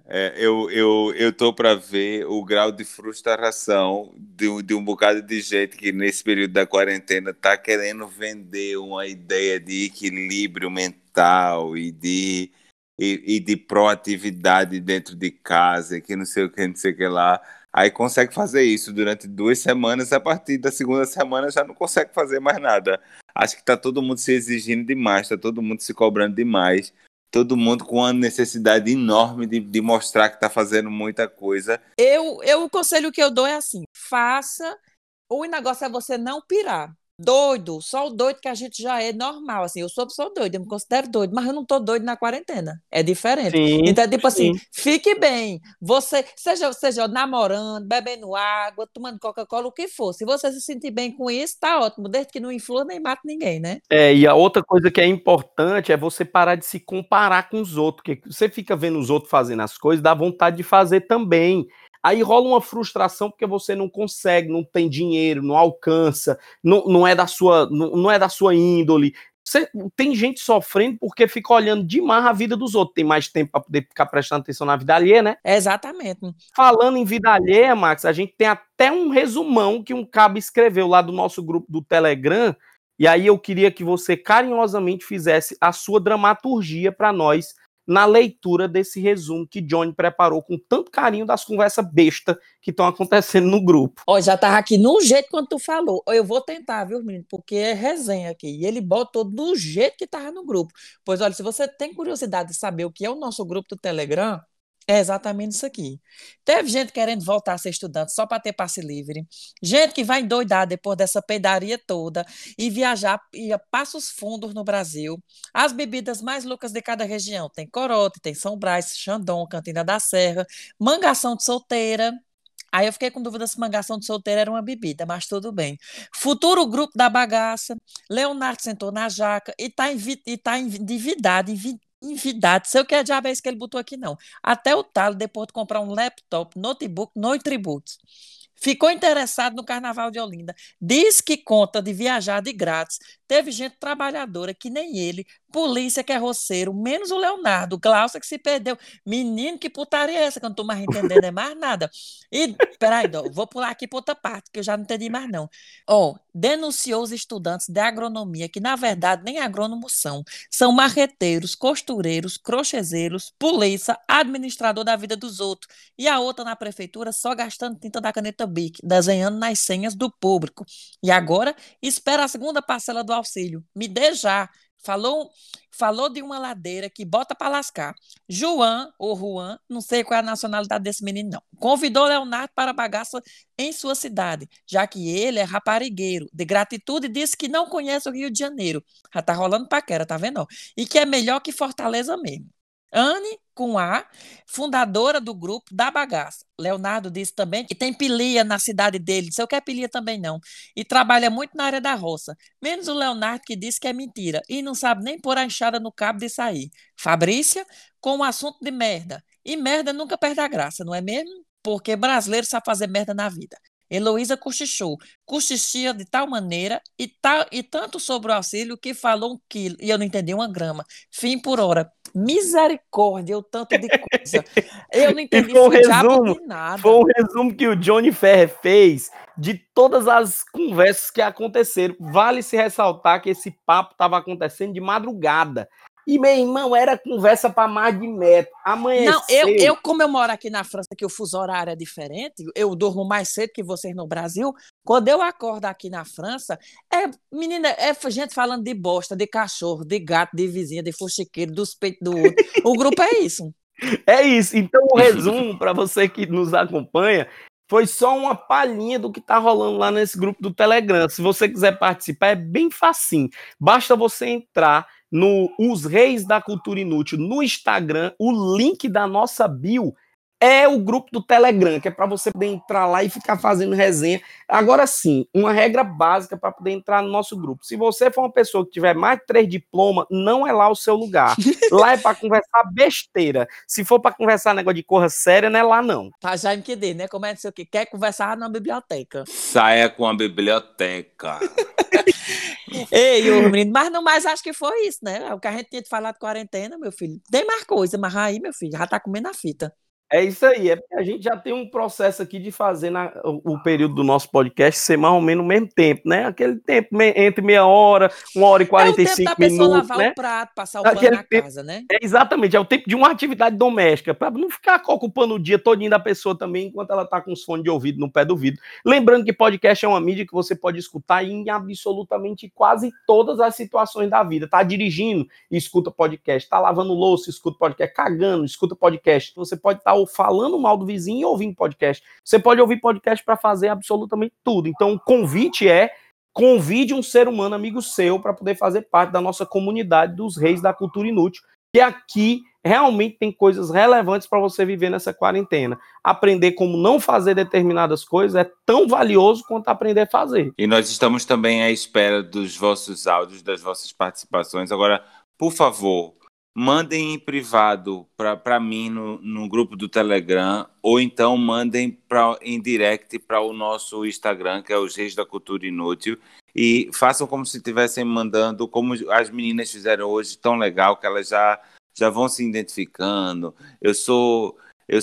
Eu tô para ver o grau de frustração de um bocado de gente que nesse período da quarentena tá querendo vender uma ideia de equilíbrio mental e de proatividade dentro de casa, que não sei o que, não sei o que lá. Aí consegue fazer isso durante 2 semanas, a partir da segunda semana já não consegue fazer mais nada. Acho que tá todo mundo se exigindo demais, tá todo mundo se cobrando demais, todo mundo com uma necessidade enorme de mostrar que tá fazendo muita coisa. O conselho que eu dou é assim, faça, o negócio é você não pirar. Doido, só o doido que a gente já é normal, assim, eu sou doido, eu me considero doido, mas eu não tô doido na quarentena, é diferente. Sim, então, tipo sim. assim, fique bem, você, seja namorando, bebendo água, tomando Coca-Cola, o que for, se você se sentir bem com isso, tá ótimo, desde que não influa nem mate ninguém, né? E a outra coisa que é importante é você parar de se comparar com os outros, porque você fica vendo os outros fazendo as coisas, dá vontade de fazer também. Aí rola uma frustração porque você não consegue, não tem dinheiro, não alcança, não é da sua índole. Tem gente sofrendo porque fica olhando demais a vida dos outros. Tem mais tempo para poder ficar prestando atenção na vida alheia, né? Exatamente. Falando em vida alheia, Max, a gente tem até um resumão que um cabo escreveu lá do nosso grupo do Telegram. E aí eu queria que você carinhosamente fizesse a sua dramaturgia para nós na leitura desse resumo que Johnny preparou com tanto carinho das conversas bestas que estão acontecendo no grupo. Ó, já tava aqui no jeito quando tu falou. Eu vou tentar, viu, menino? Porque é resenha aqui. E ele botou do jeito que tava no grupo. Pois olha, se você tem curiosidade de saber o que é o nosso grupo do Telegram, É exatamente isso aqui. Teve gente querendo voltar a ser estudante só para ter passe livre. Gente que vai endoidar depois dessa peidaria toda e viajar e a passos fundos no Brasil. As bebidas mais loucas de cada região. Tem Corote, tem São Brás, Xandão, Cantina da Serra, mangação de solteira. Aí eu fiquei com dúvida se mangação de solteira era uma bebida, mas tudo bem. Futuro grupo da bagaça. Leonardo sentou na jaca e tá endividado, envidado. Sei o que é diabo é isso que ele botou aqui, não. Até o talo, depois de comprar um laptop, notebook, notebooks. Ficou interessado no Carnaval de Olinda. Diz que conta de viajar de grátis. Teve gente trabalhadora que nem ele, polícia que é roceiro, menos o Leonardo, Glaucia que se perdeu. Menino, que putaria é essa que eu não tô mais entendendo, é mais nada. E, peraí, Dó, vou pular aqui para outra parte, que eu já não entendi mais não. Ó, denunciou os estudantes de agronomia, que na verdade nem agrônomos são marreteiros, costureiros, crochezeiros, polícia, administrador da vida dos outros. E a outra na prefeitura só gastando tinta da caneta Bic, desenhando nas senhas do público. E agora espera a segunda parcela do auxílio. Me dê já. Falou de uma ladeira que bota para lascar. João, ou Juan, não sei qual é a nacionalidade desse menino, não. Convidou Leonardo para a bagaça em sua cidade, já que ele é raparigueiro. De gratitude, disse que não conhece o Rio de Janeiro. Já tá rolando paquera, tá vendo? E que é melhor que Fortaleza mesmo. Anne, com A, fundadora do grupo da bagaça. Leonardo disse também que tem pilia na cidade dele, não sei o que é pilia também não, e trabalha muito na área da roça, menos o Leonardo que disse que é mentira, e não sabe nem pôr a enxada no cabo de sair. Fabrícia, com o assunto de merda, e merda nunca perde a graça, não é mesmo? Porque brasileiro sabe fazer merda na vida. Heloísa cochichia de tal maneira e tanto sobre o auxílio que falou 1 quilo, e eu não entendi uma grama. Fim por hora. Misericórdia, o tanto de coisa. Eu não entendi diabo de nada. Foi um resumo que o Johnny Ferrer fez de todas as conversas que aconteceram. Vale se ressaltar que esse papo estava acontecendo de madrugada. E, meu irmão, era conversa para mais de metro. Amanheceu. Não, como eu moro aqui na França, que o fuso horário é diferente, eu durmo mais cedo que vocês no Brasil. Quando eu acordo aqui na França, menina, é gente falando de bosta, de cachorro, de gato, de vizinha, de fuxiqueiro, dos peitos do outro. O grupo é isso. É isso. Então, o resumo, para você que nos acompanha, foi só uma palhinha do que tá rolando lá nesse grupo do Telegram. Se você quiser participar, é bem facinho. Basta você entrar no Os Reis da Cultura Inútil no Instagram. O link da nossa bio é o grupo do Telegram, que é para você poder entrar lá e ficar fazendo resenha. Agora sim, uma regra básica para poder entrar no nosso grupo. Se você for uma pessoa que tiver mais de 3 diplomas, não é lá o seu lugar. Lá é para conversar besteira. Se for para conversar negócio de coisa séria, não é lá não. Tá, já me né? Como é que você quer conversar na biblioteca? Saia com a biblioteca. Ei, ô menino, mas não mais acho que foi isso, né? O que a gente tinha de falar de quarentena, meu filho. Tem mais coisa, mas aí, meu filho, já tá comendo a fita. É isso aí, é porque a gente já tem um processo aqui de fazer o período do nosso podcast ser mais ou menos no mesmo tempo, né? Aquele tempo entre meia hora, 1h45 minutos, é o tempo da pessoa lavar o prato, passar o pano na casa, né? Exatamente, é o tempo de uma atividade doméstica, para não ficar ocupando o dia todinho da pessoa também, enquanto ela tá com os fones de ouvido no pé do vidro. Lembrando que podcast é uma mídia que você pode escutar em absolutamente quase todas as situações da vida. Tá dirigindo, escuta podcast. Tá lavando louça, escuta podcast. Cagando, escuta podcast. Você pode estar falando mal do vizinho e ouvindo podcast. Você pode ouvir podcast para fazer absolutamente tudo. Então, o convite convide um ser humano amigo seu para poder fazer parte da nossa comunidade dos Reis da Cultura Inútil, que aqui realmente tem coisas relevantes para você viver nessa quarentena. Aprender como não fazer determinadas coisas é tão valioso quanto aprender a fazer. E nós estamos também à espera dos vossos áudios, das vossas participações. Agora, por favor, mandem em privado para mim no grupo do Telegram, ou então mandem em direct para o nosso Instagram, que é os Reis da Cultura Inútil, e façam como se estivessem mandando, como as meninas fizeram hoje, tão legal, que elas já vão se identificando. Eu sou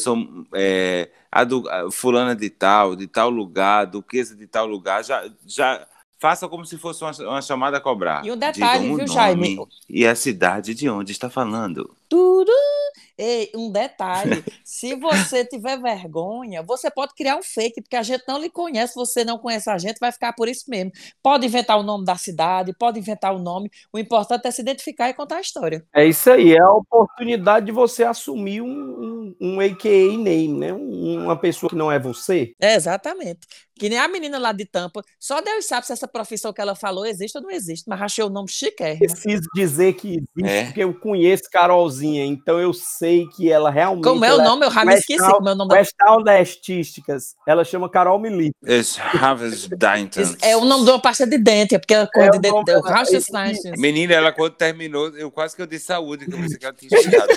a fulana de tal lugar, duquesa de tal lugar, já faça como se fosse uma chamada a cobrar. E um detalhe, viu, Jaime? E a cidade de onde está falando. Tudo. Ei, um detalhe, se você tiver vergonha, você pode criar um fake, porque a gente não lhe conhece, você não conhece a gente, vai ficar por isso mesmo. Pode inventar o nome da cidade, pode inventar o nome, o importante é se identificar e contar a história. É isso aí, é a oportunidade de você assumir um AKA name, né? Uma pessoa que não é você. É, exatamente. Que nem a menina lá de Tampa, só Deus sabe se essa profissão que ela falou existe ou não existe, mas achei o nome chiquérrimo. Preciso dizer que existe, porque eu conheço Carolzinha, então eu sei que ela realmente... Como é o nome? Eu já me esqueci como é o nome da... Westtown da Estísticas. Ela chama Carol Milito. Harvest Dentons. É o nome de uma pasta de dente, é porque ela cor de dente. Menina, ela quando terminou, eu quase que eu disse saúde, que eu pensei que ela tinha chegado.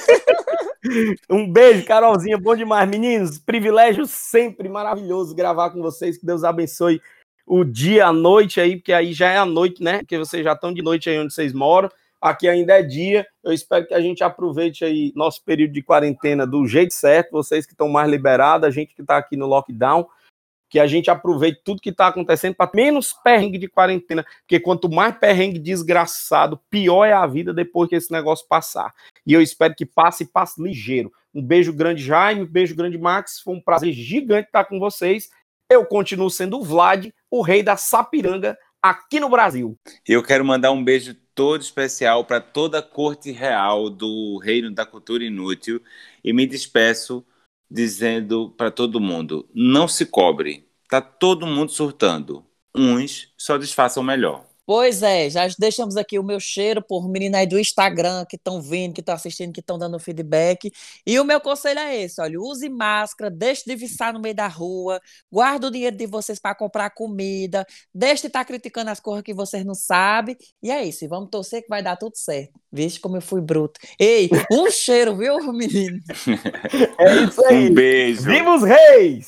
Um beijo, Carolzinha, bom demais. Meninos, privilégio sempre maravilhoso gravar com vocês, que Deus abençoe o dia, a noite aí, porque aí já é a noite, né? Porque vocês já estão de noite aí onde vocês moram, aqui ainda é dia. Eu espero que a gente aproveite aí nosso período de quarentena do jeito certo, vocês que estão mais liberados, a gente que está aqui no lockdown, que a gente aproveite tudo que está acontecendo para menos perrengue de quarentena, porque quanto mais perrengue desgraçado, pior é a vida depois que esse negócio passar. E eu espero que passe e passe ligeiro. Um beijo grande, Jaime, um beijo grande, Max. Foi um prazer gigante estar com vocês. Eu continuo sendo o Vlad, o rei da Sapiranga, aqui no Brasil. Eu quero mandar um beijo todo especial para toda a corte real do Reino da Cultura Inútil e me despeço dizendo para todo mundo, não se cobre, tá todo mundo surtando, uns só disfarçam melhor. Pois é, já deixamos aqui o meu cheiro por meninas aí do Instagram que estão vendo, que estão assistindo, que estão dando feedback. E o meu conselho é esse, olha, use máscara, deixe de viçar no meio da rua, guarda o dinheiro de vocês para comprar comida, deixe de estar criticando as coisas que vocês não sabem. E é isso, vamos torcer que vai dar tudo certo. Vixe como eu fui bruto. Ei, um cheiro, viu, menino? É isso aí. Um beijo. Viva os reis!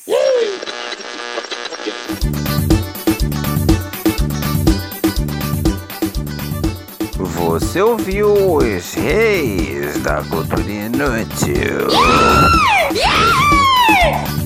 Você ouviu os Reis da Cultura Inútil? Yeah!